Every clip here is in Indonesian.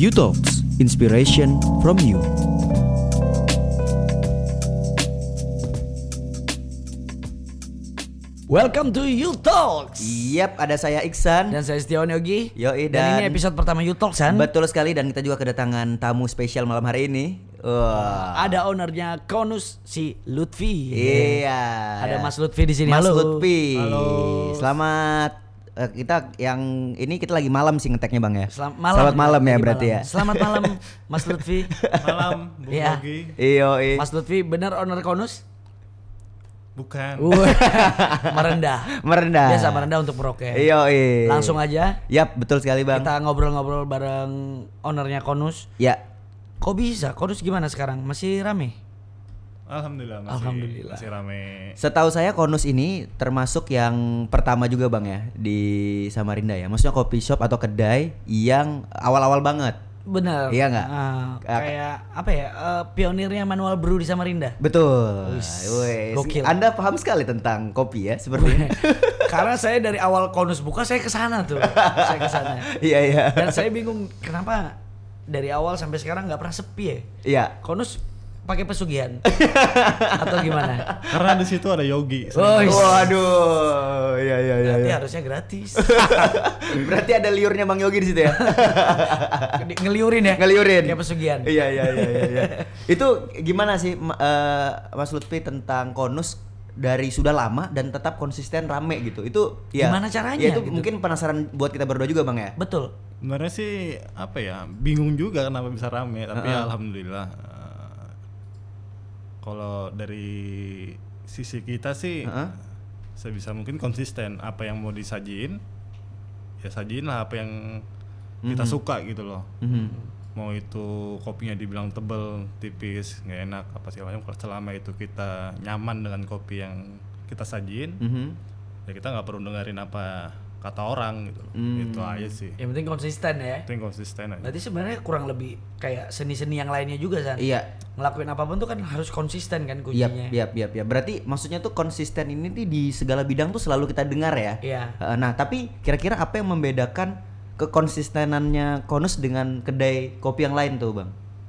You Talks, inspiration from you. Welcome to You Talks. Yap, ada saya Iksan Dan saya Setiawan Yogi. Yoi, Dan ini episode pertama You Talks kan. Betul sekali, dan kita juga kedatangan tamu spesial malam hari ini. Wah. Ada ownernya Konus, si Lutfi. Iya. Ada Mas Lutfi di sini. Mas Halo. Lutfi. Halo. Selamat. Kita yang ini kita lagi malam sih ngeteknya Bang ya. Selamat malam ya lagi berarti malam. ya. Selamat malam Mas Lutfi. Malam, Bung Iya. Yogi. Iyo. Mas Lutfi benar owner Konus? Bukan. Merendah. Merendah. Biasa merendah untuk merokek. Iyo. Langsung aja. Yap, betul sekali Bang. Kita ngobrol-ngobrol bareng ownernya Konus. Ya. Kok bisa? Konus gimana sekarang? Masih rame? Alhamdulillah masih rame. Setahu saya Konus ini termasuk yang pertama juga Bang ya di Samarinda ya. Maksudnya kopi shop atau kedai yang awal-awal banget. Benar. Iya nggak? Kayak apa ya? Pionirnya manual brew di Samarinda. Betul. Wes. Gokil. Anda paham sekali tentang kopi ya sepertinya. Karena saya dari awal Konus buka saya kesana tuh. Saya kesana. Iya. Dan saya bingung kenapa dari awal sampai sekarang nggak pernah sepi ya. Iya. Konus pakai pesugihan atau gimana? Karena di situ ada Yogi. Waduh. Iya. Berarti harusnya gratis. Berarti ada liurnya Bang Yogi di situ ya. Ngeliurin ya? Ngeliurin. Kayak pesugihan. Iya. Itu gimana sih Mas Lutfi tentang Konus dari sudah lama dan tetap konsisten rame gitu. Itu ya. Gimana caranya Ya itu gitu? mungkin penasaran buat kita berdua juga Bang ya. Betul. Sebenarnya sih apa ya? Bingung juga kenapa bisa rame, tapi alhamdulillah. Kalau dari sisi kita sih sebisa mungkin konsisten, apa yang mau disajiin ya sajiin lah apa yang kita suka gitu loh. Mau itu kopinya dibilang tebel, tipis, nggak enak apa segala macam, selama itu kita nyaman dengan kopi yang kita sajiin, ya kita nggak perlu dengerin apa kata orang gitu loh. Itu aja sih. Yang penting konsisten ya. Itu yang konsisten aja. Berarti sebenarnya kurang lebih kayak seni-seni yang lainnya juga San. Iya. Ngelakuin apapun tuh kan harus konsisten kan kuncinya. Iya. Berarti maksudnya tuh konsisten ini tuh di segala bidang tuh selalu kita dengar ya. Iya. Nah, tapi kira-kira apa yang membedakan kekonsistenannya Konus dengan kedai kopi yang lain tuh, Bang?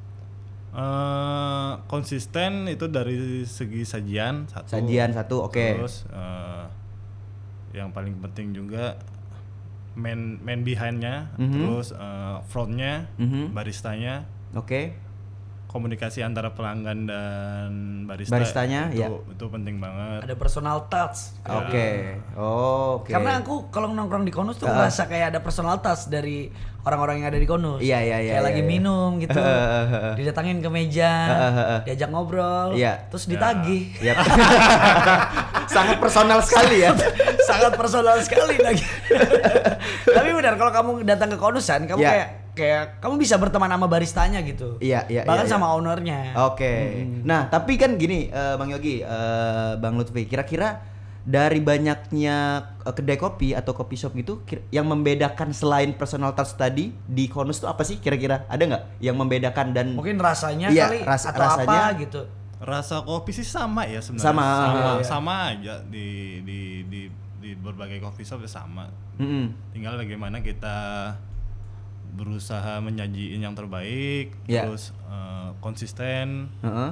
Konsisten itu dari segi sajian satu. Sajian satu, oke. Terus yang paling penting juga main behind-nya, terus frontnya, baristanya, Oke. komunikasi antara pelanggan dan Baristanya, itu penting banget. Ada personal touch. Oke. Oh, oke. Karena aku kalau nongkrong di Konus tuh ngerasa kayak ada personal touch dari orang-orang yang ada di Konus. Iya. Kayak lagi minum gitu. Didatangin ke meja, diajak ngobrol, terus ditagih. Yap. Sangat personal sekali ya. Sangat personal sekali lagi. Tapi benar kalau kamu datang ke Konusan, kamu kayak kamu bisa berteman sama baristanya gitu. Iya. Bahkan sama ownernya. Oke. Nah, tapi kan gini, Bang Yogi, Bang Lutfi, kira-kira dari banyaknya kedai kopi atau kopi shop gitu, yang membedakan selain personal touch tadi di Konus tuh apa sih kira-kira? Ada nggak yang membedakan dan mungkin rasanya kali atau rasanya, apa gitu. Rasa kopi sih sama ya sebenarnya. Sama aja di berbagai coffee shop ya sama. Tinggal bagaimana kita berusaha menyajiin yang terbaik, terus konsisten.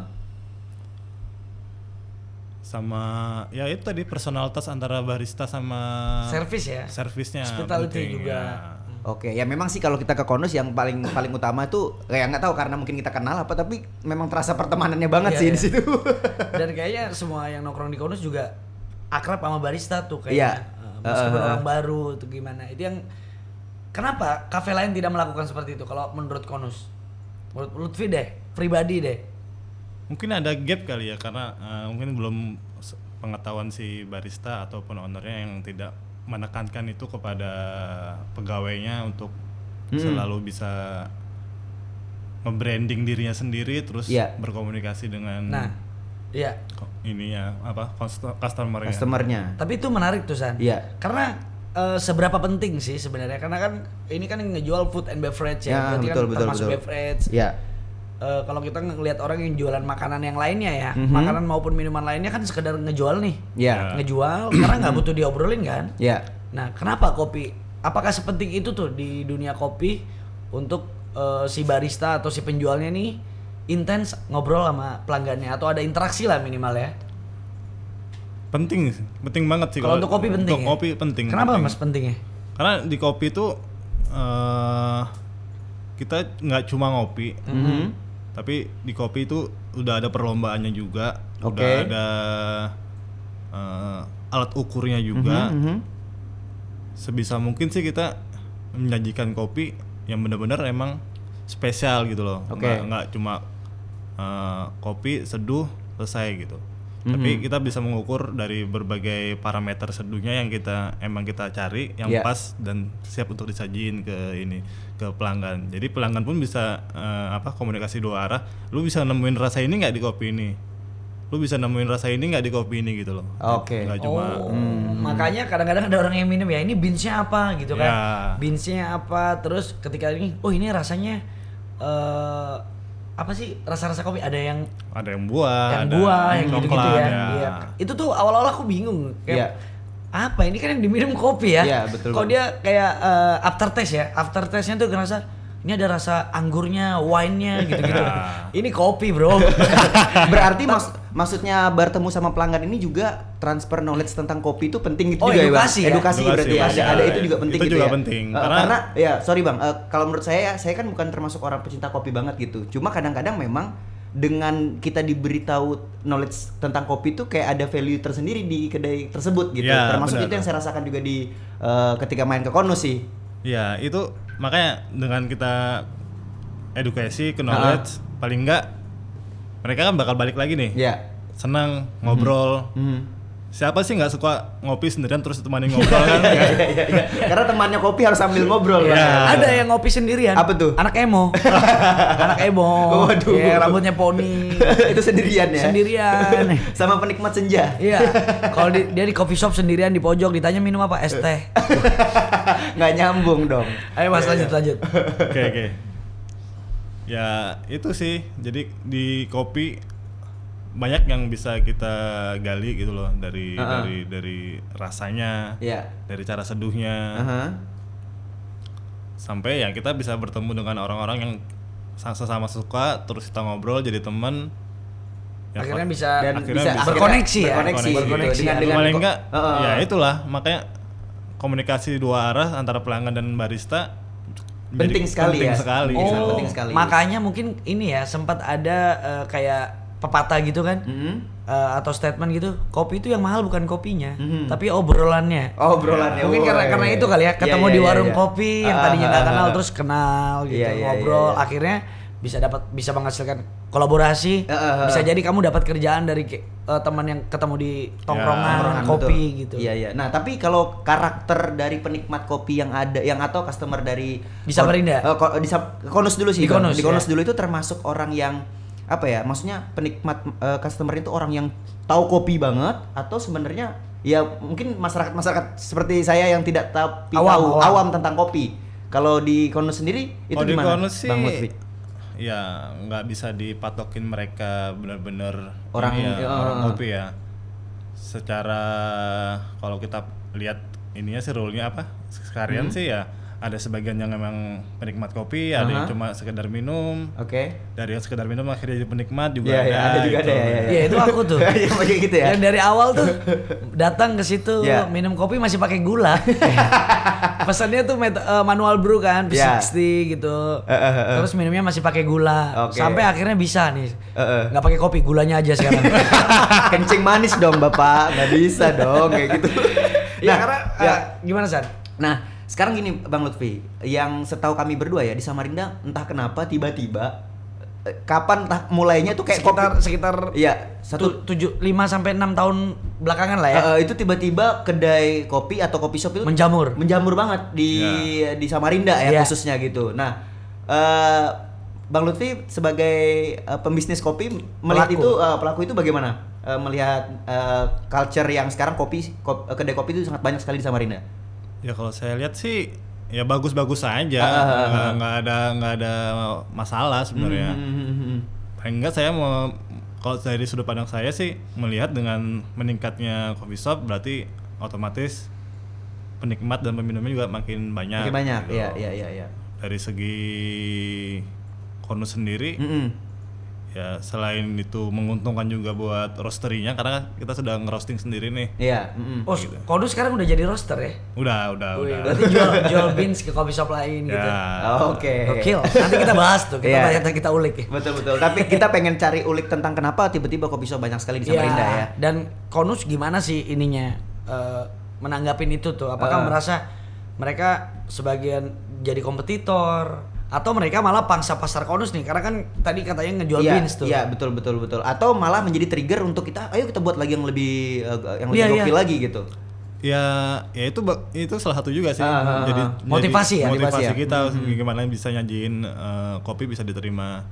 Sama ya itu tadi personalitas antara barista sama servisnya hospitality juga. Oke, ya memang sih kalau kita ke Konus yang paling utama tuh kayak nggak tahu karena mungkin kita kenal apa, tapi memang terasa pertemanannya banget sih di situ. Dan kayaknya semua yang nongkrong di Konus juga akrab sama barista tuh kayaknya. Meskipun orang baru tuh gimana. Itu yang kenapa kafe lain tidak melakukan seperti itu kalau menurut Konus? Menurut Lutfi deh, pribadi deh. Mungkin ada gap kali ya, karena mungkin belum pengetahuan si barista ataupun ownernya yang tidak menekankan itu kepada pegawainya untuk selalu bisa nge-branding dirinya sendiri, terus berkomunikasi dengan customernya. Tapi itu menarik tuh San. Karena seberapa penting sih sebenarnya, karena kan ini kan ngejual food and beverage ya, berarti kan termasuk beverage. Kalau kita ngelihat orang yang jualan makanan yang lainnya ya, makanan maupun minuman lainnya kan sekedar ngejual nih, ngejual karena nggak butuh diobrolin kan. Nah, kenapa kopi? Apakah sepenting itu tuh di dunia kopi untuk si barista atau si penjualnya nih intens ngobrol sama pelanggannya atau ada interaksi lah minimal ya. Penting banget sih kalau untuk kopi penting. Untuk kopi penting. Kenapa Mas pentingnya? Karena di kopi itu kita nggak cuma ngopi, tapi di kopi itu udah ada perlombaannya juga, udah ada alat ukurnya juga. Sebisa mungkin sih kita menyajikan kopi yang benar-benar emang spesial gitu loh. Nggak cuma kopi seduh selesai gitu. Tapi kita bisa mengukur dari berbagai parameter seduhnya yang kita cari yang pas dan siap untuk disajiin ke pelanggan. Jadi pelanggan pun bisa komunikasi dua arah. Lu bisa nemuin rasa ini nggak di kopi ini? Lu bisa nemuin rasa ini nggak di kopi ini gitu loh. Nggak cuma. Makanya kadang-kadang ada orang yang minum ya ini beansnya apa gitu kan? Beansnya apa? Terus ketika ini, ini rasanya apa sih rasa-rasa kopi, ada yang buah, yang gitu-gitu ya. Iya. Itu tuh awal-awal aku bingung kayak apa ini kan yang diminum kopi ya. Iya, betul. Kalau dia kayak aftertaste-nya tuh ngerasa ini ada rasa anggurnya, wine-nya gitu-gitu. Ini kopi, bro. Berarti maksudnya bertemu sama pelanggan ini juga transfer knowledge tentang kopi itu penting gitu juga edukasi ya, Bang? Edukasi berarti ada itu juga penting itu gitu juga ya. Penting. Karena sorry Bang, kalau menurut saya kan bukan termasuk orang pecinta kopi banget gitu. Cuma kadang-kadang memang dengan kita diberitahu knowledge tentang kopi itu kayak ada value tersendiri di kedai tersebut gitu. Termasuk bener. Itu yang saya rasakan juga di ketika main ke Konus sih. Ya itu makanya dengan kita edukasi ke knowledge paling enggak mereka kan bakal balik lagi nih. Senang ngobrol. Siapa sih nggak suka ngopi sendirian terus temani ngobrol kan? Karena temannya kopi harus sambil ngobrol. Ada yang ngopi sendirian. Apa tuh? Anak emo. Waduh. Rambutnya poni. Itu sendirian ya? Sendirian. Sama penikmat senja. Iya. Kalau dia di coffee shop sendirian di pojok, ditanya minum apa? Es teh. Nggak nyambung dong. Ayo Mas, lanjut. Oke. Ya itu sih. Jadi di kopi banyak yang bisa kita gali gitu loh dari rasanya, dari cara seduhnya, sampai ya kita bisa bertemu dengan orang-orang yang sesama suka, terus kita ngobrol jadi teman. Ya, akhirnya bisa berkoneksi ya. Berkoneksi dengan paling enggak ya itulah makanya komunikasi dua arah antara pelanggan dan barista penting sekali. Penting sekali. Makanya mungkin ini ya sempat ada kayak pepatah gitu kan, atau statement gitu, kopi itu yang mahal bukan kopinya, tapi obrolannya. Mungkin karena itu kali ya, ketemu di warung kopi yang tadinya nggak kenal terus kenal gitu, ngobrol, akhirnya bisa menghasilkan kolaborasi, bisa jadi kamu dapat kerjaan dari teman yang ketemu di tongkrongan kopi gitu. Iya. Nah tapi kalau karakter dari penikmat kopi yang ada, atau customer dari di Samarinda, Konus dulu sih. Di Konus dulu itu termasuk orang yang apa ya, maksudnya penikmat customer itu orang yang tahu kopi banget atau sebenarnya ya mungkin masyarakat seperti saya yang tidak tahu awam tentang kopi. Kalau di Konus sendiri itu gimana, Bang Lutfi? Ya nggak bisa dipatokin mereka benar-benar orang kopi ya. Secara kalau kita lihat ininya sih rule-nya apa sekalian sih ya. Ada sebagian yang memang penikmat kopi, ada yang cuma sekedar minum. Dari yang sekedar minum akhirnya jadi penikmat juga ada juga gitu. Iya itu aku tuh. Yang gitu ya. Yang dari awal tuh datang ke situ minum kopi masih pakai gula. Pesannya tuh manual brew kan, P60 gitu. Terus minumnya masih pakai gula. Sampai akhirnya bisa nih. Nggak pakai kopi, gulanya aja sekarang. Kencing manis dong Bapak, nggak bisa dong kayak gitu. Nah, karena gimana San? Nah, sekarang gini Bang Lutfi, yang setahu kami berdua ya di Samarinda entah kenapa tiba-tiba kapan entah mulainya tuh kayak sekitar 5 sampai 6 tahun belakangan lah ya. Itu tiba-tiba kedai kopi atau kopi shop itu menjamur banget di Samarinda ya khususnya gitu. Nah, Bang Lutfi sebagai pembisnis kopi melihat pelaku itu bagaimana? Melihat culture yang sekarang kedai kopi itu sangat banyak sekali di Samarinda. Ya kalau saya lihat sih ya bagus-bagus aja, nggak ada masalah sebenarnya. Paling enggak saya kalau dari sudut pandang saya sih melihat dengan meningkatnya coffee shop berarti otomatis penikmat dan peminumnya juga makin banyak. Iya. dari segi Konus sendiri, ya selain itu menguntungkan juga buat roasterinya karena kita sudah ngerosting sendiri nih. Iya. Oh, gitu. Konus sekarang udah jadi roaster ya? Udah. Berarti jual beans ke coffee shop lain gitu. Oke. Gokil. Nanti kita bahas tuh, kita ulik ya. Betul. Tapi kita pengen cari ulik tentang kenapa tiba-tiba coffee shop banyak sekali di Samarinda ya. Dan Konus gimana sih ininya menanggapin itu tuh? Apakah merasa mereka sebagian jadi kompetitor atau mereka malah pangsa pasar Konus nih? Karena kan tadi katanya ngejual beans tuh. Iya, betul. Atau malah menjadi trigger untuk ayo kita buat lagi yang lebih gokil lagi gitu. Ya itu salah satu juga sih. Jadi motivasi kita gimana bisa nyajiin kopi bisa diterima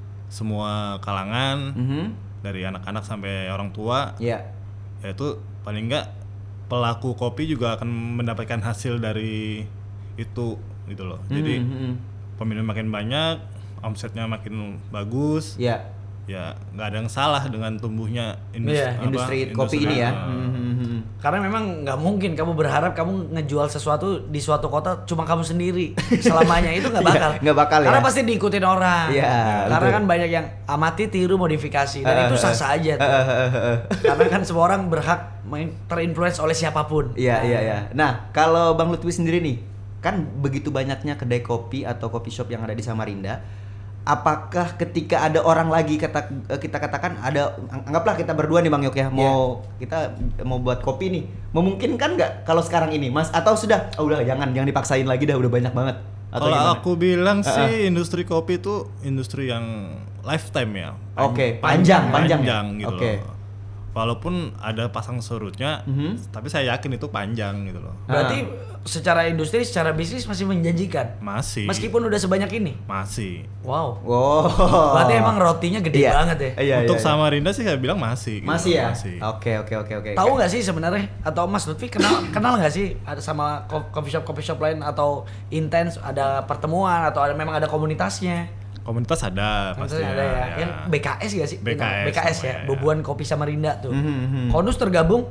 semua kalangan, dari anak-anak sampai orang tua. Iya. Ya itu paling enggak pelaku kopi juga akan mendapatkan hasil dari itu gitu loh. Jadi peminum makin banyak, omsetnya makin bagus. Iya. Ya nggak ada yang salah dengan tumbuhnya industri kopi ini ya. Karena memang nggak mungkin kamu berharap kamu ngejual sesuatu di suatu kota cuma kamu sendiri selamanya, itu nggak bakal. Nggak bakal Karena ya. pasti diikutin orang. Karena kan banyak yang amati, tiru, modifikasi dan itu sah-sah aja tuh. Karena kan semua orang berhak terinfluence oleh siapapun. Iya. Nah, kalau Bang Lutfi sendiri nih, kan begitu banyaknya kedai kopi atau coffee shop yang ada di Samarinda. Apakah ketika ada orang lagi kita katakan ada, anggaplah kita berdua nih Bang Yok ya, kita mau buat kopi nih, memungkinkan nggak kalau sekarang ini Mas, atau sudah udah jangan dipaksain lagi dah, udah banyak banget? Kalau aku bilang sih industri kopi itu industri yang lifetime ya. Panjang gitu loh. Walaupun ada pasang surutnya, tapi saya yakin itu panjang gitu loh. Berarti secara industri, secara bisnis masih menjanjikan? Masih. Meskipun udah sebanyak ini? Masih. Wow. Berarti emang rotinya gede banget ya? Iya, untuk Samarinda sih saya bilang masih. Masih gitu. ya? Masih. Oke. Tahu nggak sih sebenarnya, atau Mas Lutfi kenal nggak sih ada sama coffee shop lain atau intens ada pertemuan atau memang ada komunitasnya? Komunitas ada pasti ada ya. Yang BKS gak sih? BKS ya, Bubuan Kopi Samarinda tuh. Konus tergabung?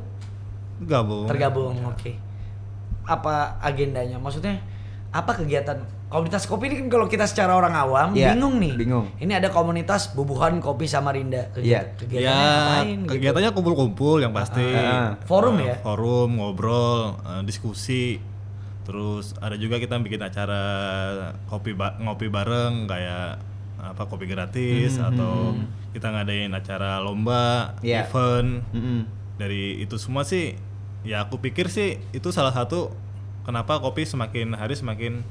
Tergabung, oke. Apa agendanya? Maksudnya apa kegiatan komunitas kopi ini? Kan kalau kita secara orang awam bingung nih. Ini ada komunitas Bubuhan Kopi Samarinda. Kegiatannya ngapain? Kegiatannya kumpul-kumpul yang pasti. Forum ya? Forum, ngobrol, diskusi. Terus ada juga kita bikin acara ngopi bareng kayak kopi gratis atau kita ngadain acara lomba, event. Dari itu semua sih ya aku pikir sih itu salah satu kenapa kopi semakin hari semakin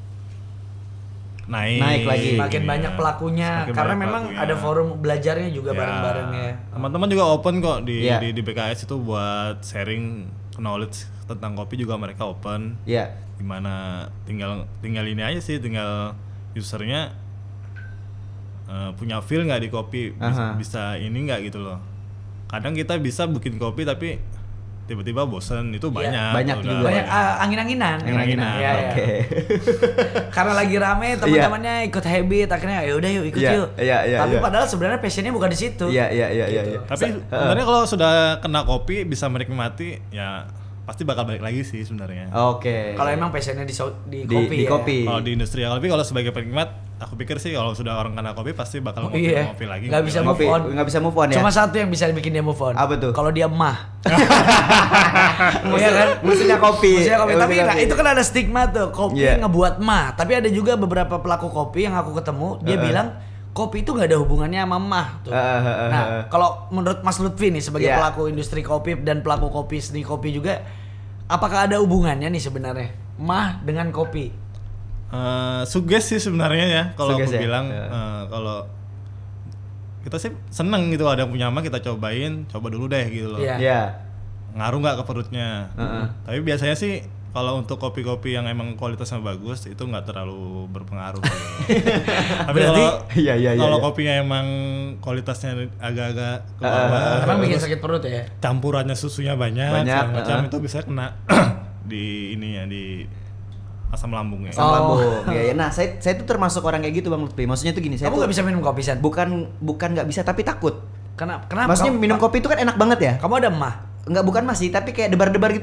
naik lagi, makin banyak pelakunya karena memang ada forum belajarnya juga bareng-bareng ya. Teman-teman juga open kok di BKS itu buat sharing knowledge tentang kopi juga, mereka open. Gimana tinggal ini aja sih, tinggal usernya punya feel nggak di kopi, bisa ini nggak gitu loh. Kadang kita bisa bikin kopi tapi tiba-tiba bosen, itu banyak juga. Banyak angin-anginan. Ya. Karena lagi rame teman-temannya ikut habit, akhirnya ya udah yuk ikut yuk. Tapi padahal sebenarnya passionnya bukan di situ. Iya. Tapi sebenarnya kalau sudah kena kopi bisa menikmati ya pasti bakal balik lagi sih sebenarnya. Kalau emang passionnya di kopi. Kopi. Kalau di industri ya, tapi kalau sebagai penikmat, aku pikir sih kalau sudah orang kena kopi pasti bakal ngopi lagi. Nggak bisa move on ya. Cuma satu yang bisa bikin dia move on. Apa tuh? Kalau dia mah. Iya kan? Musuhnya kopi. Tapi itu kan ada stigma tuh, kopi ngebuat mah. Tapi ada juga beberapa pelaku kopi yang aku ketemu, dia bilang kopi itu nggak ada hubungannya sama mah tuh. Nah, kalau menurut Mas Lutfi nih sebagai pelaku industri kopi dan pelaku kopi seni kopi juga, apakah ada hubungannya nih sebenarnya mah dengan kopi? Suges sih sebenarnya ya. Kalau aku bilang kalau kita sih seneng gitu ada yang punya mah, kita coba dulu deh gitu loh. Ngaruh nggak ke perutnya? Tapi biasanya sih kalau untuk kopi-kopi yang emang kualitasnya bagus itu nggak terlalu berpengaruh. Tapi kalau kopinya emang kualitasnya agak-agak ke bawah, emang bikin sakit perut ya. Campurannya susunya banyak macam itu bisa kena di ini ya, di asam lambungnya. Asam lambung. Ya. Nah, saya tuh termasuk orang kayak gitu Bang Lutfi. Maksudnya tuh gini, kamu nggak bisa minum kopi San? Bukan nggak bisa, tapi takut. Kenapa? Maksudnya minum kopi itu kan enak banget ya. Kamu ada mah? Bukan masih, tapi kayak debar-debar gitu loh.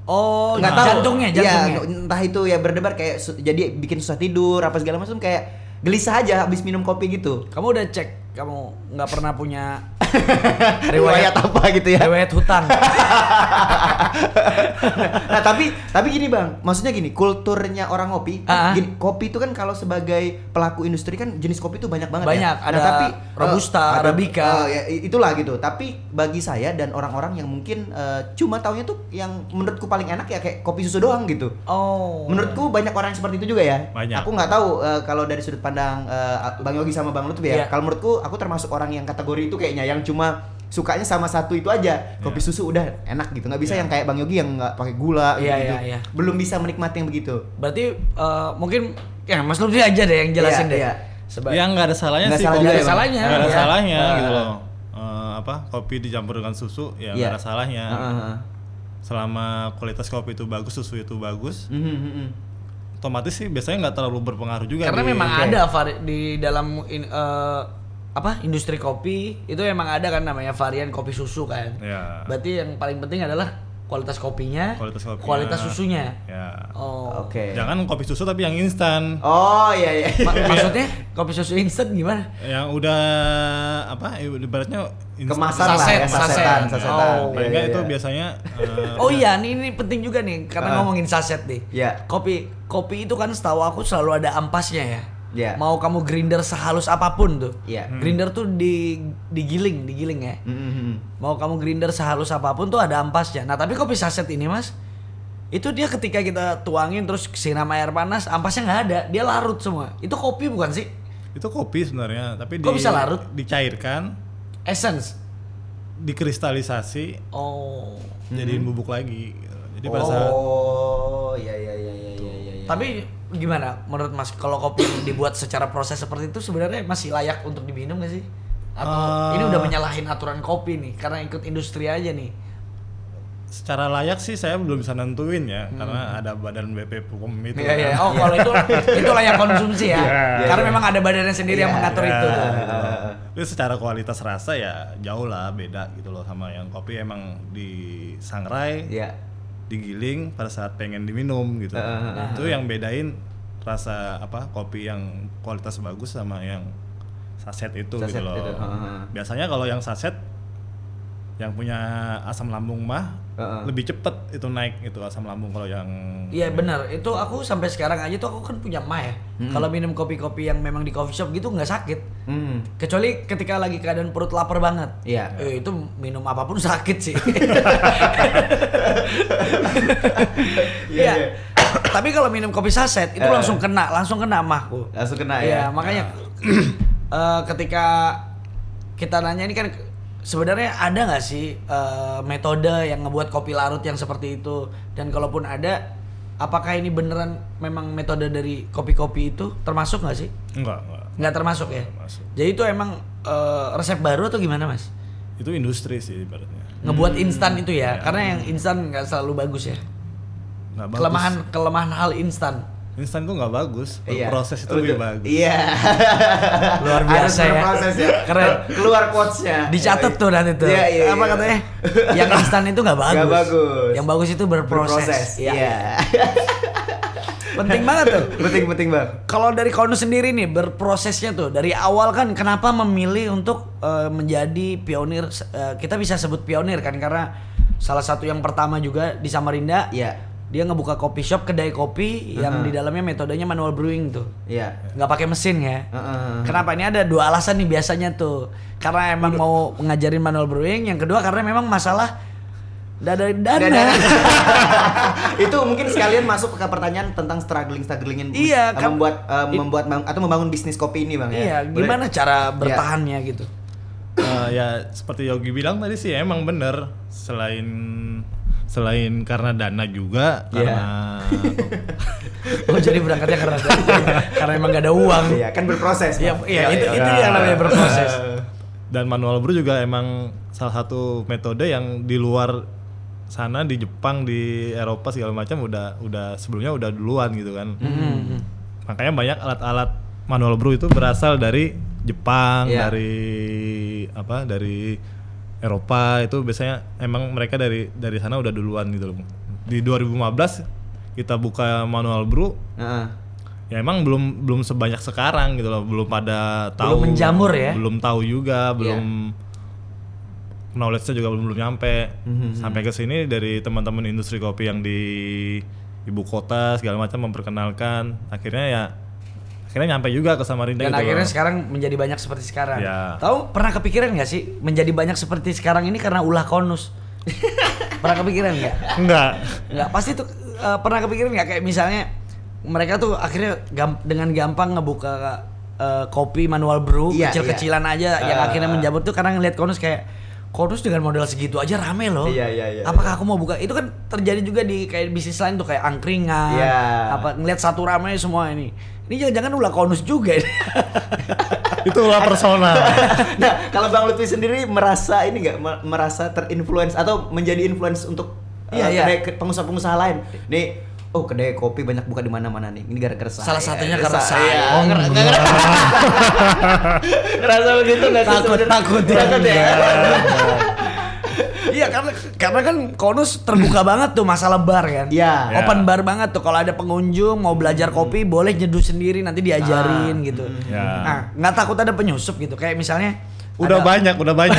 Oh, nggak tahu. Jantungnya. Ya, entah itu ya berdebar kayak jadi bikin susah tidur apa segala macam, kayak gelisah aja habis minum kopi gitu. Kamu udah cek kamu nggak pernah punya riwayat apa gitu ya? Riwayat hutang. Nah tapi gini bang, maksudnya gini, kulturnya orang ngopi, gini, kopi itu kan kalau sebagai pelaku industri kan jenis kopi itu banyak banget. Banyak, ya. ada tapi Robusta, Arabica, ya, itulah gitu. Tapi bagi saya dan orang-orang yang mungkin cuma taunya tuh yang menurutku paling enak ya kayak kopi susu doang gitu. Oh. Menurutku banyak orang yang seperti itu juga ya. Banyak. Aku nggak tahu kalau dari sudut pandang Bang Yogi sama Bang Lutfi ya. Kalau menurutku aku termasuk orang yang kategori itu kayaknya yang cuma sukanya sama satu itu aja, kopi susu udah enak gitu, nggak bisa yang kayak Bang Yogi yang nggak pakai gula gitu, belum bisa menikmati yang begitu. Berarti mungkin ya Mas Lutfi aja deh yang jelasin deh. Yang nggak ada salahnya sih, nggak ada salahnya, nggak ada salahnya gitu loh. Kopi dicampur dengan susu ya nggak ada salahnya. Selama kualitas kopi itu bagus, susu itu bagus, otomatis sih biasanya nggak terlalu berpengaruh juga. Karena memang ada di dalam industri kopi itu emang ada kan namanya varian kopi susu kan. Ya. Berarti yang paling penting adalah kualitas kopinya, kualitas susunya. Ya. Oh. Oke. Jangan kopi susu tapi yang instan. Oh iya. Maksudnya kopi susu instan gimana? Yang udah ibaratnya kemasan lah ya, sasetan. Oh, iya. Itu biasanya oh iya, ini penting juga nih karena ngomongin saset nih. Yeah. Kopi itu kan setahu aku selalu ada ampasnya ya. Yeah. Mau kamu grinder sehalus apapun tuh. Yeah. Grinder tuh digiling ya. Mau kamu grinder sehalus apapun tuh ada ampasnya. Nah, tapi kopi saset ini, Mas, itu dia ketika kita tuangin terus siram air panas, ampasnya nggak ada, dia larut semua. Itu kopi bukan sih? Itu kopi sebenarnya, tapi kok bisa larut? Dicairkan, essence, dikristalisasi. Oh. Jadi bubuk lagi. Jadi pada saat iya. Tapi gimana menurut Mas kalau kopi yang dibuat secara proses seperti itu sebenarnya masih layak untuk diminum gak sih? Atau ini udah menyalahin aturan kopi nih karena ikut industri aja nih? Secara layak sih saya belum bisa nentuin ya, karena ada badan BPOM itu. Iya. Oh, kalau itu layak konsumsi ya. Karena memang ada badannya sendiri yang mengatur itu. Tapi secara kualitas rasa ya jauh lah beda gitu loh sama yang kopi emang disangrai. Digiling pada saat pengen diminum gitu. Itu yang bedain rasa kopi yang kualitas bagus sama yang saset itu gitu loh. Biasanya kalau yang saset yang punya asam lambung mah lebih cepet itu naik itu asam lambung kalau yang. Iya benar, itu aku sampai sekarang aja tuh aku kan punya mah ya. Kalau minum kopi-kopi yang memang di coffee shop gitu nggak sakit. Kecuali ketika lagi keadaan perut lapar banget. Iya. Itu minum apapun sakit sih. Iya. Tapi kalau minum kopi saset itu langsung kena mahku. Langsung kena ya. Iya, makanya ketika kita nanya ini kan sebenarnya ada nggak sih metode yang ngebuat kopi larut yang seperti itu, dan kalaupun ada, apakah ini beneran memang metode dari kopi-kopi itu termasuk nggak sih? Nggak termasuk ya. Termasuk. Jadi itu emang resep baru atau gimana Mas? Itu industri sih ibaratnya. Ngebuat instan itu ya, karena yang instan nggak selalu bagus ya. Nggak bagus. Kelemahan hal instan. Instan tuh nggak bagus, proses itu lebih bagus. Iya. Luar biasa ya. Proses ya. Keren. Keluar quotes-nya. Dicatat tuh nanti tuh. Iya. Apa katanya? Yang instan itu nggak bagus. Nggak bagus. Yang bagus itu berproses. Iya. Penting banget tuh. Penting Bang. Kalau dari Konu sendiri nih berprosesnya tuh dari awal kan kenapa memilih untuk menjadi pionir? Kita bisa sebut pionir kan karena salah satu yang pertama juga di Samarinda. Iya. Dia ngebuka coffee shop, kedai kopi yang di dalamnya metodenya manual brewing tuh. Iya. Nggak pakai mesin ya. Kenapa? Ini ada dua alasan nih biasanya tuh. Karena emang mau ngajarin manual brewing, yang kedua karena memang masalah dana. Itu mungkin sekalian masuk ke pertanyaan tentang strugglingin iya, kan, membuat atau membangun bisnis kopi ini Bang ya. Iya, gimana cara bertahannya gitu. Ya seperti Yogi bilang tadi sih emang bener, selain karena dana juga, karena oh jadi berangkatnya karena dana, karena emang gak ada uang. Iya kan berproses. Iya itu yang namanya berproses. Dan manual brew juga emang salah satu metode yang di luar sana, di Jepang, di Eropa segala macam udah sebelumnya udah duluan gitu kan. Makanya banyak alat-alat manual brew itu berasal dari Jepang, dari Eropa, itu biasanya emang mereka dari sana udah duluan gitu loh di 2015 kita buka manual brew. Ya emang belum sebanyak sekarang gitu loh, belum pada tahu, belum menjamur ya, belum tahu juga, belum knowledge-nya juga belum nyampe. Sampai ke sini dari teman-teman industri kopi yang di ibu kota segala macam memperkenalkan, akhirnya nyampe juga ke Samarinda. Dan gitu akhirnya loh. Sekarang menjadi banyak seperti sekarang. Ya. Tahu pernah kepikiran nggak sih menjadi banyak seperti sekarang ini karena ulah Konus? Pernah kepikiran nggak? Nggak, pasti tuh pernah kepikiran nggak kayak misalnya mereka tuh akhirnya dengan gampang ngebuka kopi manual brew kecil-kecilan aja yang akhirnya menjamur tuh karena ngeliat Konus kayak Konus dengan modal segitu aja rame loh. Apakah aku mau buka? Itu kan terjadi juga di kayak bisnis lain tuh kayak angkringan. Apa ngeliat satu rame semua ini. Ini jangan-jangan ulah Konus juga. Itu ulah personal. Nah, kalau Bang Lutfi sendiri merasa ini nggak merasa terinfluence atau menjadi influence untuk pengusaha-pengusaha lain? Nih, kedai kopi banyak buka di mana-mana nih. Ini gara-gara saya. Salah satunya karena saya. Ngerasa begitu nggak sih? Takut ya. Iya karena kan Konus terbuka banget tuh masa lebar kan. Open bar banget tuh, kalau ada pengunjung mau belajar kopi boleh nyeduh sendiri, nanti diajarin gitu. Nah, nggak takut ada penyusup gitu. Kayak misalnya udah banyak.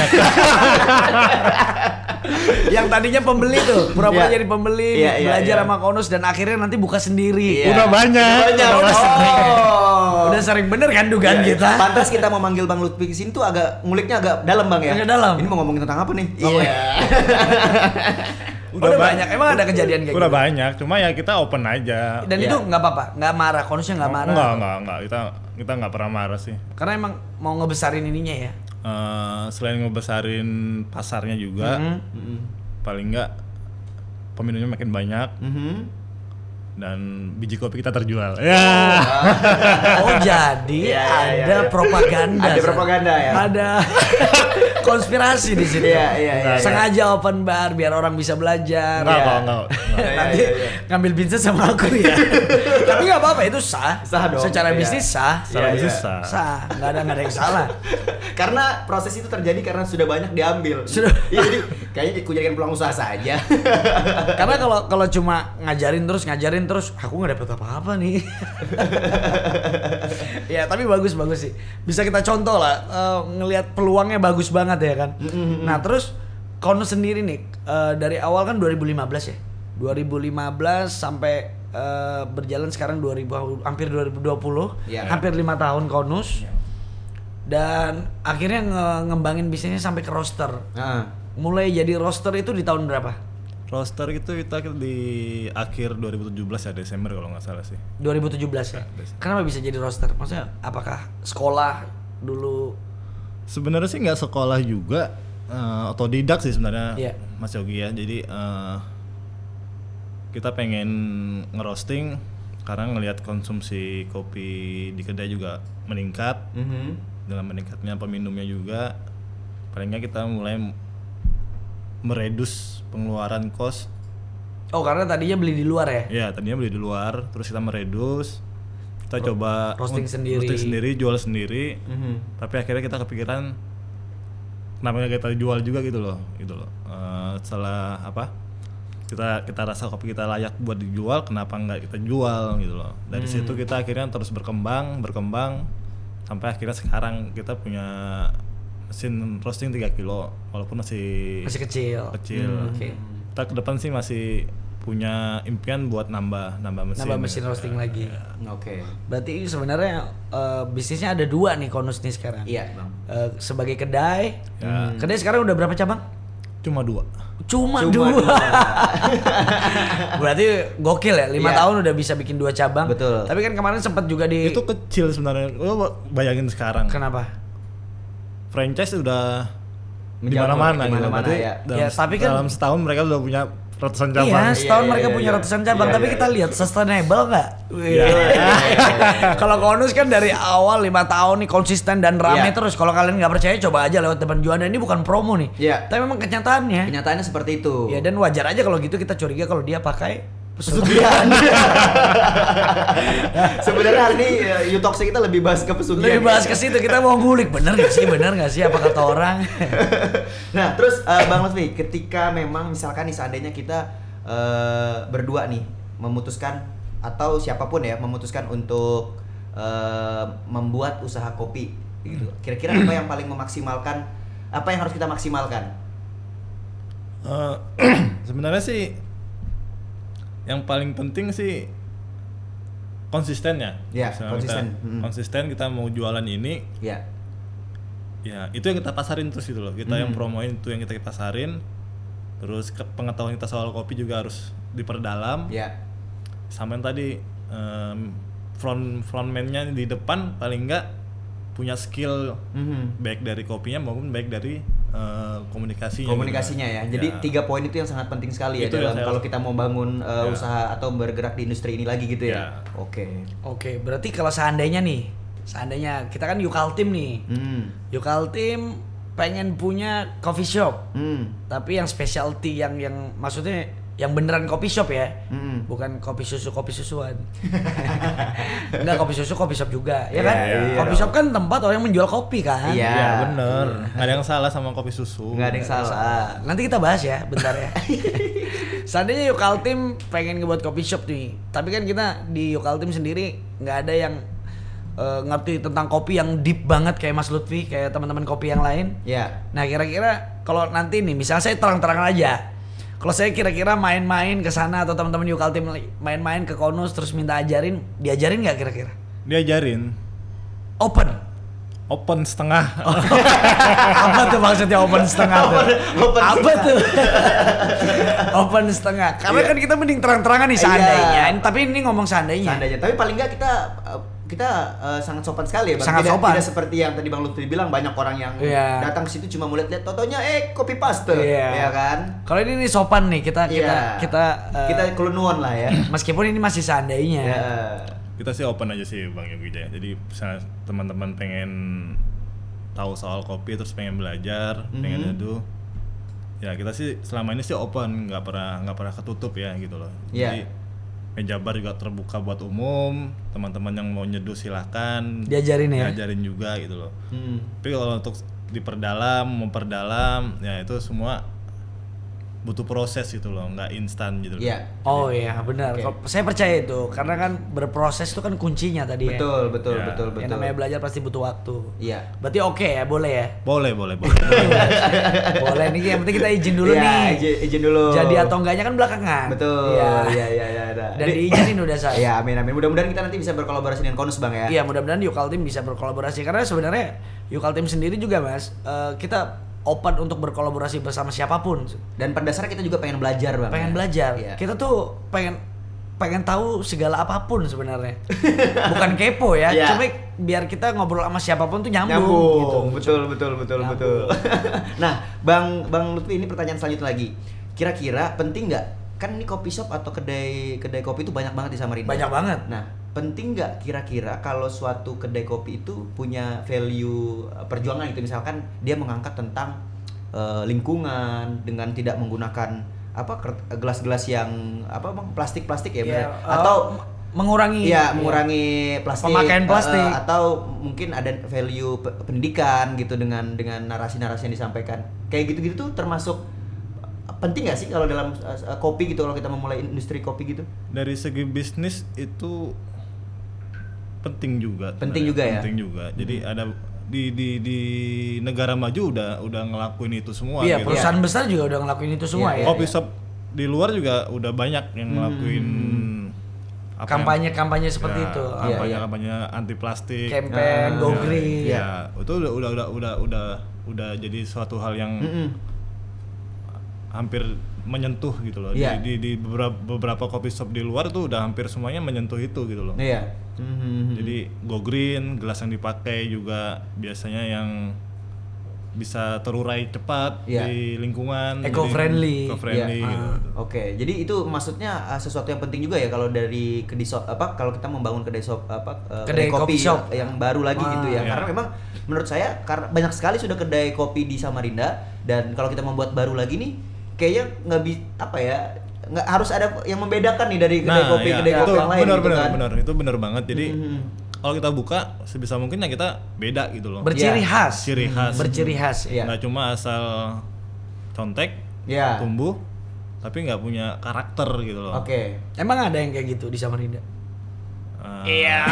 Yang tadinya pembeli tuh pura-pura jadi pembeli, belajar sama Konus dan akhirnya nanti buka sendiri. Udah banyak. Udah sering bener kan dugaan kita. Pantas kita mau manggil Bang Lutfi kesini tuh nguliknya agak dalam Bang ya. Agak dalam. Ini mau ngomongin tentang apa nih? Udah banyak. Emang ada kejadian kayak gitu? Udah banyak, cuma ya kita open aja. Dan itu nggak apa-apa, nggak marah, Konusnya nggak marah. Enggak. Kita nggak pernah marah sih. Karena emang mau ngebesarin ininya ya. Selain ngebesarin pasarnya juga, paling nggak peminumnya makin banyak. Dan biji kopi kita terjual. Jadi ada propaganda. Ada propaganda ya. Ada konspirasi di situ. Sengaja open bar biar orang bisa belajar. Enggak. Nanti ngambil bisnis sama aku ya. Tapi nggak apa-apa, itu sah. Sah dong. Secara bisnis sah. Secara bisnis sah. Sah. Nggak ada yang salah. Karena proses itu terjadi karena sudah banyak diambil. Jadi kayaknya aku jadikan peluang usaha saja. Karena kalau cuma ngajarin terus aku nggak dapet apa-apa nih. Ya tapi bagus sih, bisa kita contoh lah, ngelihat peluangnya bagus banget ya kan. Nah terus Konus sendiri nih dari awal kan 2015 ya, 2015 sampai berjalan sekarang hampir 2020, hampir 5 tahun Konus. Dan akhirnya ngembangin bisnisnya sampai ke roaster. Mulai jadi roaster itu di tahun berapa? Roaster itu kita di akhir 2017 ya, Desember kalau nggak salah sih. 2017 ya? Kenapa bisa jadi roaster? Maksudnya apakah sekolah dulu? Sebenarnya sih nggak sekolah juga, otodidak sih sebenarnya, Mas Yogi ya. Jadi kita pengen ngerosting karena ngelihat konsumsi kopi di kedai juga meningkat. Dengan meningkatnya peminumnya juga, paling nggak kita mulai meredus pengeluaran kos. Oh, karena tadinya beli di luar ya? Iya, tadinya beli di luar, terus kita meredus. Kita coba roasting sendiri, jual sendiri. Tapi akhirnya kita kepikiran kenapa nggak kita jual juga gitu loh. Setelah kita rasa kopi kita layak buat dijual, kenapa nggak kita jual gitu loh. Dari situ kita akhirnya terus berkembang sampai akhirnya sekarang kita punya mesin roasting 3 kilo, walaupun masih kecil. Kita ke depan sih masih punya impian buat nambah mesin roasting lagi. Oke. Berarti sebenarnya bisnisnya ada 2 nih Konus nih sekarang. Iya, Bang. Sebagai kedai. Kedai sekarang udah berapa cabang? Cuma 2. Cuma 2. Berarti gokil ya, 5 tahun udah bisa bikin 2 cabang. Betul. Tapi kan kemarin sempat juga itu kecil sebenarnya. Lo bayangin sekarang. Kenapa? Franchise udah di mana-mana gitu. Tapi kan dalam setahun mereka udah punya ratusan cabang. Iya, setahun mereka punya ratusan cabang, tapi kita lihat sustainable nggak? Kalau Konus kan dari awal 5 tahun nih konsisten dan rame terus. Kalau kalian nggak percaya, coba aja lewat depan jualan. Ini bukan promo nih. Tapi memang kenyataannya. Kenyataannya seperti itu. Ya, dan wajar aja kalau gitu kita curiga kalau dia pakai pesugihan. Sebenarnya hari ini Yutoksi kita lebih bahas ke pesugihan. Lebih bahas ke situ, kita mau ngulik bener nggak sih apa kata orang. Nah terus Bang Lutfi, ketika memang misalkan nih seandainya kita berdua nih memutuskan atau siapapun ya memutuskan untuk membuat usaha kopi gitu. Kira-kira apa yang paling memaksimalkan, apa yang harus kita maksimalkan? Sebenarnya sih yang paling penting sih konsistennya. Ya, konsisten. Konsisten kita mau jualan ini. Ya. Ya, itu yang kita pasarin terus gitu loh. Kita yang promoin itu yang kita pasarin. Terus pengetahuan kita soal kopi juga harus diperdalam. Ya. Sama yang tadi frontman-nya di depan paling enggak punya skill baik dari kopinya maupun baik dari komunikasinya ya. Jadi 3 poin itu yang sangat penting sekali ya dalam kalau kita mau bangun usaha atau bergerak di industri ini lagi gitu ya. Oke, berarti kalau seandainya kita kan Yukaltim nih. Yukaltim pengen punya coffee shop. Tapi yang specialty yang maksudnya yang beneran kopi shop ya. Bukan kopi susuan. Enggak, kopi shop juga, ya kan? Kopi shop kan tempat orang yang menjual kopi kan? Iya, bener. Nggak ada yang salah sama kopi susu. Nggak ada yang salah. Nanti kita bahas ya, bentar ya. Seandainya Yukaltim pengen ngebuat kopi shop nih, tapi kan kita di Yukaltim sendiri nggak ada yang ngerti tentang kopi yang deep banget kayak Mas Lutfi, kayak teman-teman kopi yang lain. Iya. Nah, kira-kira kalau nanti nih, misalnya saya terang-terangan aja. Kalau saya kira-kira main-main ke sana atau teman-teman Yukaltim main-main ke Konus terus minta diajarin nggak kira-kira? Diajarin. Open setengah. Apa tuh maksudnya open setengah tuh? Apa tuh? Open setengah. Karena kan kita mending terang-terangan nih seandainya. Tapi ini ngomong seandainya. Tapi paling nggak kita sangat sopan sekali ya Bang. Sangat sopan. Tidak seperti yang tadi Bang Lutfi bilang, banyak orang yang datang ke situ cuma mau lihat totonya kopi paste, ya kan? Kalau ini nih sopan nih, kita kelunuan lah ya. Meskipun ini masih seandainya. Kita sih open aja sih Bang Yogi Jaya. Jadi misalnya teman-teman pengen tahu soal kopi terus pengen belajar, pengen itu, ya kita sih selama ini sih open, nggak pernah ketutup ya gitu loh. Jadi meja bar juga terbuka buat umum, teman-teman yang mau nyeduh silahkan diajarin juga gitu loh. Tapi kalau untuk memperdalam ya itu semua butuh proses gitu loh, nggak instan gitu loh. Oh iya benar. Saya percaya itu karena kan berproses itu kan kuncinya tadi. Betul. Yang namanya belajar pasti butuh waktu. Iya. Berarti ya, boleh ya? Boleh. Boleh nih, yang penting kita izin dulu nih. Izin dulu. Jadi atau enggaknya kan belakangan. Betul. Iya. Dan diizinin udah saya. Iya, amin. Mudah-mudahan kita nanti bisa berkolaborasi dengan Konus Bang ya. Iya, mudah-mudahan Yukaltim bisa berkolaborasi karena sebenarnya Yukaltim sendiri juga Mas, kita open untuk berkolaborasi bersama siapapun. Dan pada dasarnya kita juga pengen belajar Bang. Belajar. Kita tuh pengen tahu segala apapun sebenarnya. Bukan kepo ya, cuma biar kita ngobrol sama siapapun tuh nyambung. Gitu. Betul. Nah, Bang Lutfi, ini pertanyaan selanjutnya lagi. Kira-kira penting nggak? Kan ini kopi shop atau kedai kopi itu banyak banget di Samarinda. Banyak banget. Nah, penting nggak kira-kira kalau suatu kedai kopi itu punya value perjuangan gitu, misalkan dia mengangkat tentang lingkungan dengan tidak menggunakan gelas-gelas yang plastik ya, atau mengurangi plastik, pemakaian plastik, atau mungkin ada value pendidikan gitu dengan narasi-narasi yang disampaikan kayak gitu tuh termasuk penting nggak sih kalau dalam kopi gitu, kalau kita memulai industri kopi gitu? Dari segi bisnis itu penting juga. Penting juga. Jadi ada di negara maju udah ngelakuin itu semua. Iya, gitu. Perusahaan besar juga udah ngelakuin itu semua ya. Kopi shop di luar juga udah banyak yang ngelakuin kampanye seperti itu. Kampanye anti plastik, campaign go green. Ya, itu udah jadi suatu hal yang hampir menyentuh gitu loh. Di beberapa coffee shop di luar tuh udah hampir semuanya menyentuh itu gitu loh. Jadi go green, gelas yang dipakai juga biasanya yang bisa terurai cepat di lingkungan, eco-friendly gitu. Oke, jadi itu maksudnya sesuatu yang penting juga ya kalau dari kedai shop kalau kita membangun kedai kopi shop yang baru lagi gitu ya. Karena memang menurut saya karena banyak sekali sudah kedai kopi di Samarinda, dan kalau kita membuat baru lagi nih kayaknya nggak harus ada yang membedakan nih dari kedai kopi yang lain. Benar, itu benar banget. Jadi kalau kita buka sebisa mungkin ya kita beda gitu loh. Berciri khas. Berciri khas. Ya. Nggak cuma asal contek, tumbuh, tapi nggak punya karakter gitu loh. Oke. Emang ada yang kayak gitu di Samarinda? Iya.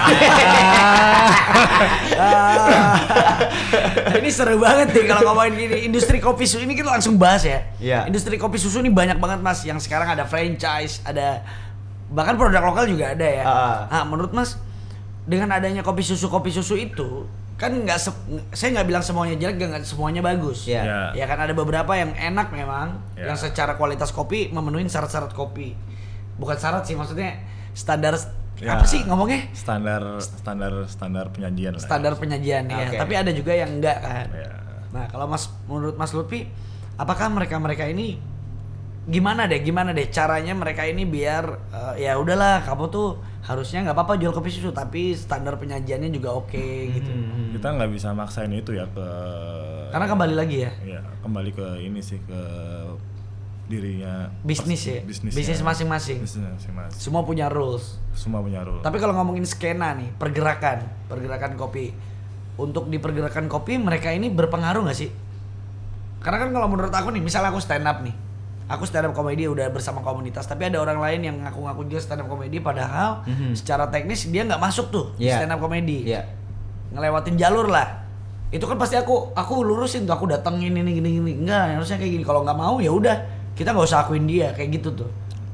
Ini seru banget nih kalau ngomongin gini. Industri kopi susu ini kita langsung bahas ya. Iya. Industri kopi susu ini banyak banget Mas. Yang sekarang ada franchise, ada bahkan produk lokal juga ada ya. Nah, menurut Mas dengan adanya kopi susu itu kan saya nggak bilang semuanya jelek, nggak semuanya bagus. Yeah. Ya kan ada beberapa yang enak memang, yang secara kualitas kopi memenuhi syarat-syarat kopi. Bukan syarat sih, maksudnya standar apa sih ngomongnya? Standar penyajian lah. Standar penyajian ya. Tapi ada juga yang enggak kan. Yeah. Nah, kalau menurut Mas Lutfi, apakah mereka ini gimana deh caranya mereka ini biar ya udahlah kamu tuh harusnya nggak apa-apa jual kopi susu tapi standar penyajiannya juga oke gitu. Kita nggak bisa maksain itu ya karena kembali lagi ya. Iya, kembali ke ini sih ke dirinya bisnis ya. Bisnis masing-masing. Semua punya rules. Tapi kalau ngomongin skena nih, pergerakan kopi. Untuk di pergerakan kopi mereka ini berpengaruh nggak sih? Karena kan kalau menurut aku nih, misalnya aku stand up nih. Aku stand up komedi udah bersama komunitas, tapi ada orang lain yang ngaku-ngaku dia stand up komedi padahal secara teknis dia nggak masuk tuh di stand up komedi. Ngelewatin jalur lah. Itu kan pasti aku lurusin tuh, aku datengin ini gini. Enggak, harusnya kayak gini. Kalau nggak mau ya udah, kita nggak usah akuin dia kayak gitu tuh.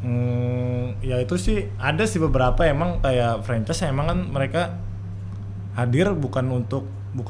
Ya itu sih ada sih beberapa emang kayak franchise emang kan mereka hadir bukan untuk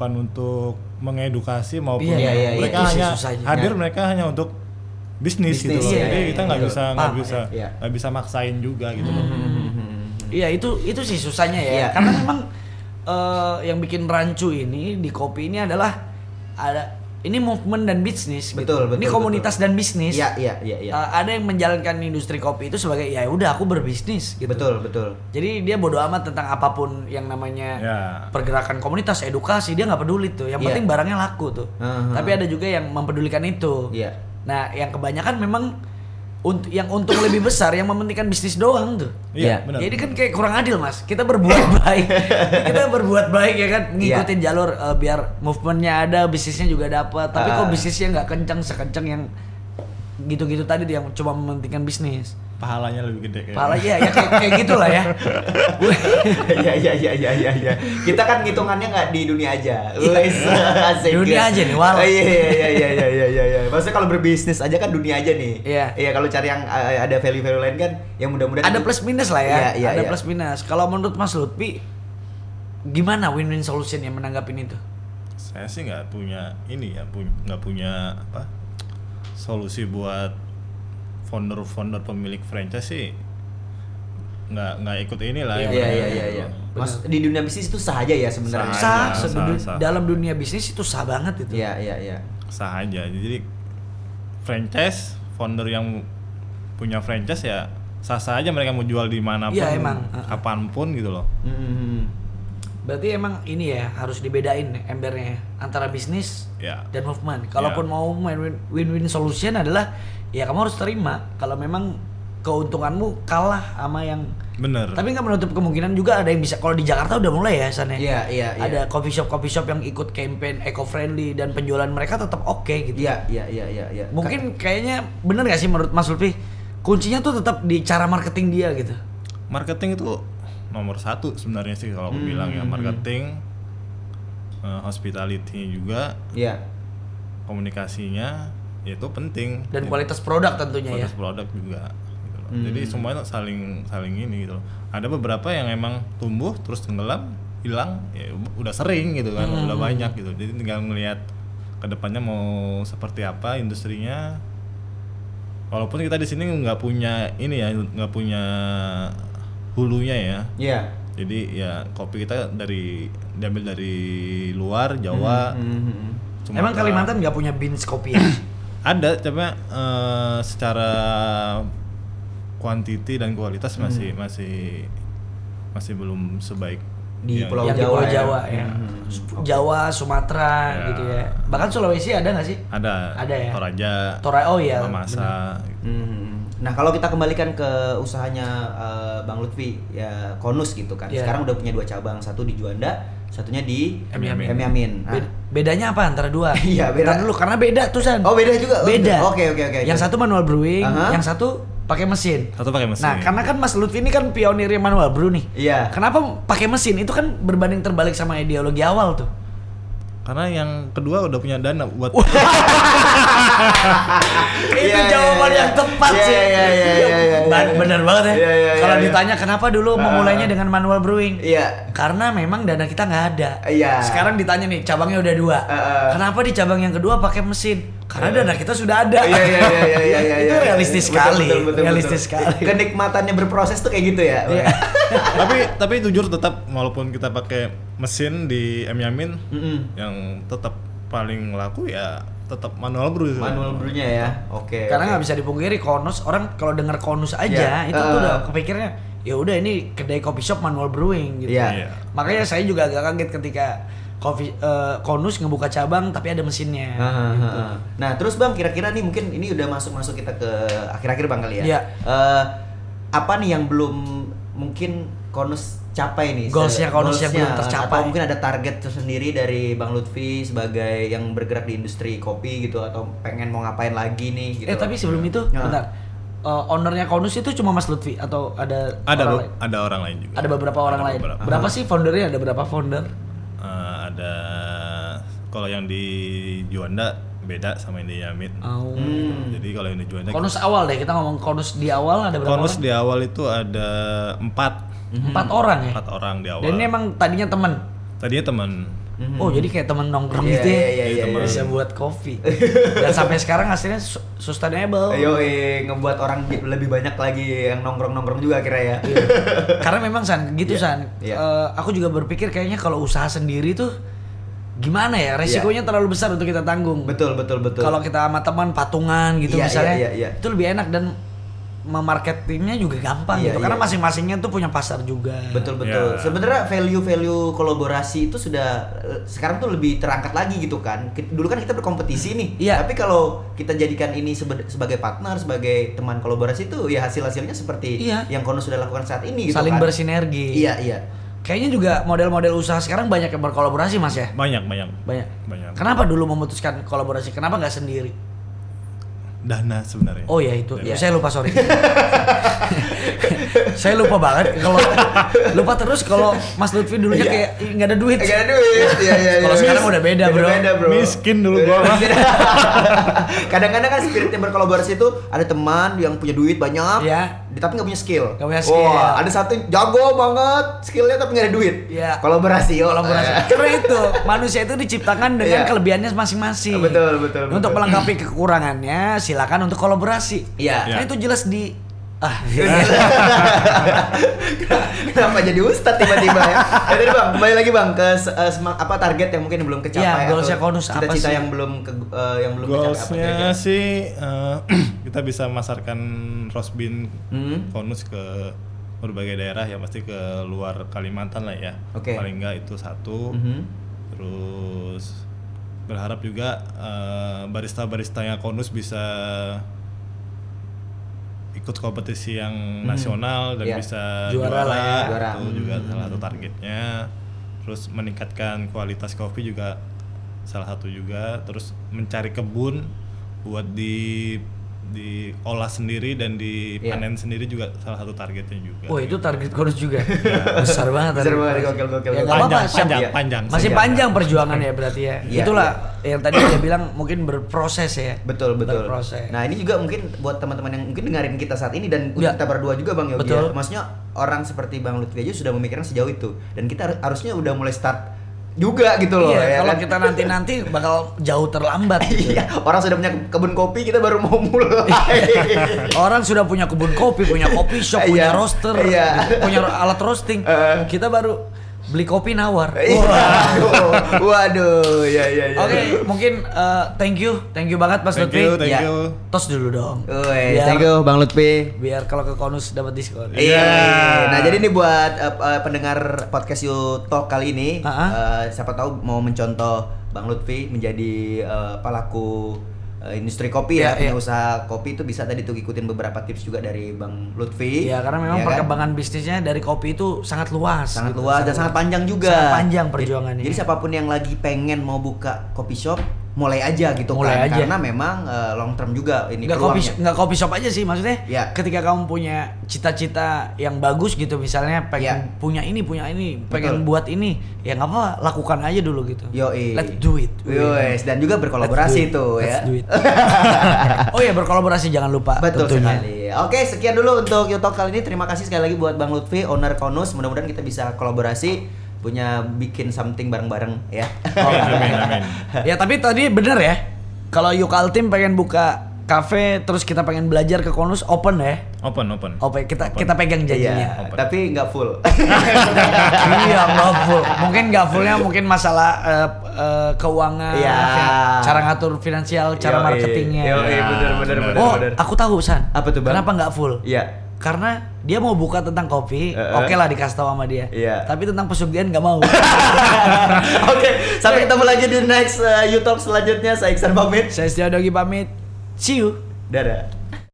mengedukasi maupun mereka hanya hadir mereka hanya untuk bisnis gitu loh. Jadi kita nggak bisa maksain juga gitu loh. Iya itu sih susahnya ya. Karena memang yang bikin rancu ini di kopi ini adalah ini movement dan bisnis. Betul. Ini komunitas dan bisnis. Iya. Ada yang menjalankan industri kopi itu sebagai ya udah aku berbisnis gitu. Betul. Jadi dia bodo amat tentang apapun yang namanya pergerakan komunitas, edukasi, dia nggak peduli tuh. Yang penting barangnya laku tuh. Tapi ada juga yang mempedulikan itu. Nah, yang kebanyakan memang yang untung lebih besar yang mementingkan bisnis doang tuh. Iya, benar. Jadi kan kayak kurang adil, Mas. Kita berbuat baik. Kita berbuat baik ya kan, ngikutin jalur biar movementnya ada, bisnisnya juga dapat. Tapi kok bisnisnya nggak kencang sekencang yang gitu-gitu tadi tuh yang cuma mementingkan bisnis. Pahalanya lebih gede Pahalanya ya kayak gitulah ya. Iya. Kita kan ngitungannya nggak di dunia aja. Dunia aja nih, walau. Iya. Maksudnya kalau berbisnis aja kan dunia aja nih. Iya. Kalau cari yang ada value lain kan, yang mudah-mudahan ada plus minus lah ya. Ada plus minus. Kalau menurut Mas Lutfi, gimana win-win solution yang menanggapin itu? Saya sih nggak punya solusi buat founder pemilik franchise sih nggak ikut inilah. Iya. Mas di dunia bisnis itu sah aja ya sebenarnya. Sah. Dalam dunia bisnis itu sah banget itu. Iya. Sah aja. Jadi franchise founder yang punya franchise ya sah aja mereka mau jual di manapun, kapanpun gitu loh. Berarti emang ini ya harus dibedain embernya antara bisnis dan movement. Kalaupun mau win-win solution adalah ya kamu harus terima kalau memang keuntunganmu kalah sama yang bener. Tapi nggak menutup kemungkinan juga ada yang bisa. Kalau di Jakarta udah mulai ya sana. Iya. Ada coffee shop yang ikut campaign eco-friendly dan penjualan mereka tetap oke gitu. Iya. Mungkin kayaknya bener nggak sih menurut Mas Lutfi? Kuncinya tuh tetap di cara marketing dia gitu. Marketing itu nomor 1 sebenarnya sih kalau aku bilang ya, marketing, hospitality juga, komunikasinya itu penting dan kualitas produk tentunya. Kualitas produk juga gitu loh. Jadi semuanya saling ini gitu loh. Ada beberapa yang emang tumbuh terus tenggelam, hilang ya udah sering gitu kan, udah banyak gitu. Jadi tinggal ngelihat kedepannya mau seperti apa industrinya. Walaupun kita di sini nggak punya nggak punya hulunya ya. Iya. Jadi ya kopi kita diambil dari luar Jawa. Emang Kalimantan nggak punya beans kopi ya? Ada, cuma secara kuantiti dan kualitas masih belum sebaik di Pulau yang Jawa, di Pulau Jawa ya. Jawa, Sumatera gitu ya. Bahkan Sulawesi ada nggak sih? Ada ya. Toraja, Mamasa. Nah kalau kita kembalikan ke usahanya Bang Lutfi ya, Konus gitu kan. Sekarang udah punya 2 cabang, satu di Juanda, satunya di Emi Amin. Nah. Bedanya apa antara dua? Iya, beda dulu karena beda tuh San. Oh, beda juga. Beda. Oke. Yang satu manual brewing, yang satu pakai mesin. Nah, karena kan Mas Lutfi ini kan pionirnya manual brew nih. Iya. Kenapa pakai mesin? Itu kan berbanding terbalik sama ideologi awal tuh. Karena yang kedua udah punya dana buat Itu jawaban yang tepat sih. Iya. Benar banget ya. Kalau Iya. ditanya kenapa dulu memulainya dengan manual brewing? Iya. Karena memang dana kita nggak ada. Iya. Sekarang ditanya nih, cabangnya udah 2. Kenapa di cabang yang kedua pakai mesin? Karena dana kita sudah ada. Iya. Itu realistis sekali. Betul. Realistis sekali. Kenikmatannya berproses tuh kayak gitu ya. tapi jujur tetap walaupun kita pakai mesin di Emi yang tetap paling laku ya tetap manual brew. Manual brewnya ya. Oke. Karena nggak bisa dipungkiri Konus, orang kalau dengar Konus aja itu tuh udah kepikirnya ya udah ini kedai coffee shop manual brewing gitu. Iya. Makanya saya juga agak kaget ketika Konus ngebuka cabang tapi ada mesinnya. Gitu. Nah, terus Bang, kira-kira nih mungkin ini udah masuk kita ke akhir-akhir Bang kali ya. Iya. Apa nih yang belum mungkin Konus capai nih? Goalsnya belum tercapai. Atau mungkin ada target tersendiri dari Bang Lutfi sebagai yang bergerak di industri kopi gitu, atau pengen mau ngapain lagi nih gitu. Tapi sebelum itu, bentar. Ownernya Konus itu cuma Mas Lutfi atau ada orang lain? Ada orang lain juga. Ada beberapa orang lain. Berapa sih foundernya? Ada berapa founder? Ada kalau yang di Juanda beda sama yang di Yamit. Jadi kalau yang di Juanda Konus awal deh, kita ngomong Konus di awal ada berapa Konus orang? di awal itu ada 4 orang ya? 4 orang di awal. Dan ini emang tadinya teman? Tadinya teman. Oh, jadi kayak teman nongkrong gitu ya? Iya. Bisa buat kopi. Dan sampai sekarang hasilnya sustainable. Ngebuat orang lebih banyak lagi yang nongkrong juga akhirnya ya. Karena memang San, gitu San. Aku juga berpikir kayaknya kalau usaha sendiri tuh gimana ya, resikonya terlalu besar untuk kita tanggung. Betul. Kalau kita sama teman patungan gitu misalnya, iya. itu lebih enak dan memarketingnya juga gampang gitu. Karena masing-masingnya tuh punya pasar juga. Betul. Sebenarnya value kolaborasi itu sudah sekarang tuh lebih terangkat lagi gitu kan. Dulu kan kita berkompetisi nih. Tapi kalau kita jadikan ini sebagai partner, sebagai teman kolaborasi itu ya hasilnya seperti yang Konus sudah lakukan saat ini gitu. Saling kan. bersinergi. Iya. Kayaknya juga model-model usaha sekarang banyak yang berkolaborasi Mas ya? Banyak. Kenapa dulu memutuskan kolaborasi? Kenapa nggak sendiri? Dana sebenarnya. Oh ya itu. Ya, saya lupa, sorry. Saya lupa banget lupa terus kalau Mas Lutfi dulunya kayak nggak ada duit. Iya. Kalau sekarang udah beda, bro. Miskin dulu gua. Kadang-kadang kan spiritnya berkolaborasi itu ada teman yang punya duit banyak, tapi nggak punya skill. Wah, ada satu jago banget skillnya tapi nggak ada duit. Kolaborasi. Karena itu manusia itu diciptakan dengan kelebihannya masing-masing. Betul. Untuk melengkapi kekurangannya, silakan untuk kolaborasi. Nah itu jelas di Kenapa jadi ustadz tiba-tiba ya? Tadi Bang, kembali lagi Bang ke target yang mungkin belum kecapai goalsnya Konus apa sih? Cita-cita yang belum kecapai goalsnya sih kita bisa masarkan roast bean Konus ke berbagai daerah ya, pasti ke luar Kalimantan lah ya. Paling enggak itu satu. Terus berharap juga barista-baristanya Konus bisa ikut kompetisi yang nasional dan bisa juara. Itu juga salah satu targetnya. Terus meningkatkan kualitas kopi juga salah satu juga. Terus mencari kebun buat diolah sendiri dan dipanen sendiri juga salah satu targetnya juga. Oh itu target Konus juga. Besar banget. Gokil. Ya, panjang. Masih panjang perjuangan ya berarti ya. Itulah yang tadi dia bilang mungkin berproses ya. Betul. Berproses. Nah ini juga mungkin buat teman-teman yang mungkin dengerin kita saat ini dan kita berdua juga Bang Yogi. Betul. Maksudnya orang seperti Bang Lutfi aja sudah memikirkan sejauh itu dan kita harusnya udah mulai start juga gitu loh. Kalau kita nanti bakal jauh terlambat gitu. Orang sudah punya kebun kopi, kita baru mau mulai. Orang sudah punya kebun kopi, punya kopi shop, punya roaster, punya alat roasting. Kita baru beli kopi nawar. Waduh. Oke, mungkin thank you banget Mas Lutfi. Thank you. Tos dulu dong. Thank you Bang Lutfi. Biar kalau ke Konus dapat diskon. Nah jadi ini buat pendengar podcast You Talk kali ini, siapa tahu mau mencontoh Bang Lutfi menjadi pelaku industri kopi punya usaha kopi itu bisa tadi tuh ikutin beberapa tips juga dari Bang Lutfi. Iya, karena memang perkembangan bisnisnya dari kopi itu sangat luas. Sangat luas dan sangat panjang juga. Sangat panjang perjuangannya. Jadi siapapun yang lagi pengen mau buka coffee shop, mulai aja gitu kan. Karena memang long term juga ini peluangnya. Nggak coffee shop aja sih, maksudnya ketika kamu punya cita-cita yang bagus gitu, misalnya pengen punya ini, pengen buat ini, ya nggak apa, lakukan aja dulu gitu. Let's do it. Dan juga berkolaborasi tuh ya. Let's do it. Oh ya, berkolaborasi jangan lupa. Betul sekali. Oke, sekian dulu untuk Yotalk kali ini. Terima kasih sekali lagi buat Bang Lutfi, owner Konus. Mudah-mudahan kita bisa kolaborasi, bikin something bareng-bareng ya. Amin. Ya tapi tadi bener ya, kalau Yukal Team pengen buka cafe terus kita pengen belajar ke Konus, open ya? Open. Kita pegang janjinya. Iya, tapi nggak full. Iya, nggak full. Mungkin nggak fullnya mungkin masalah keuangan, cara ngatur finansial, cara marketingnya. Bener. Aku tahu San. Apa tuh Bang? Kenapa nggak full? Iya. Karena dia mau buka tentang kopi, oke lah dikasih tahu sama dia. Tapi tentang pesugihan nggak mau. Oke, sampai ketemu lagi di next Yotalk selanjutnya. Saya Iksan pamit. Saya Setia Dogi pamit. See you. Dadah.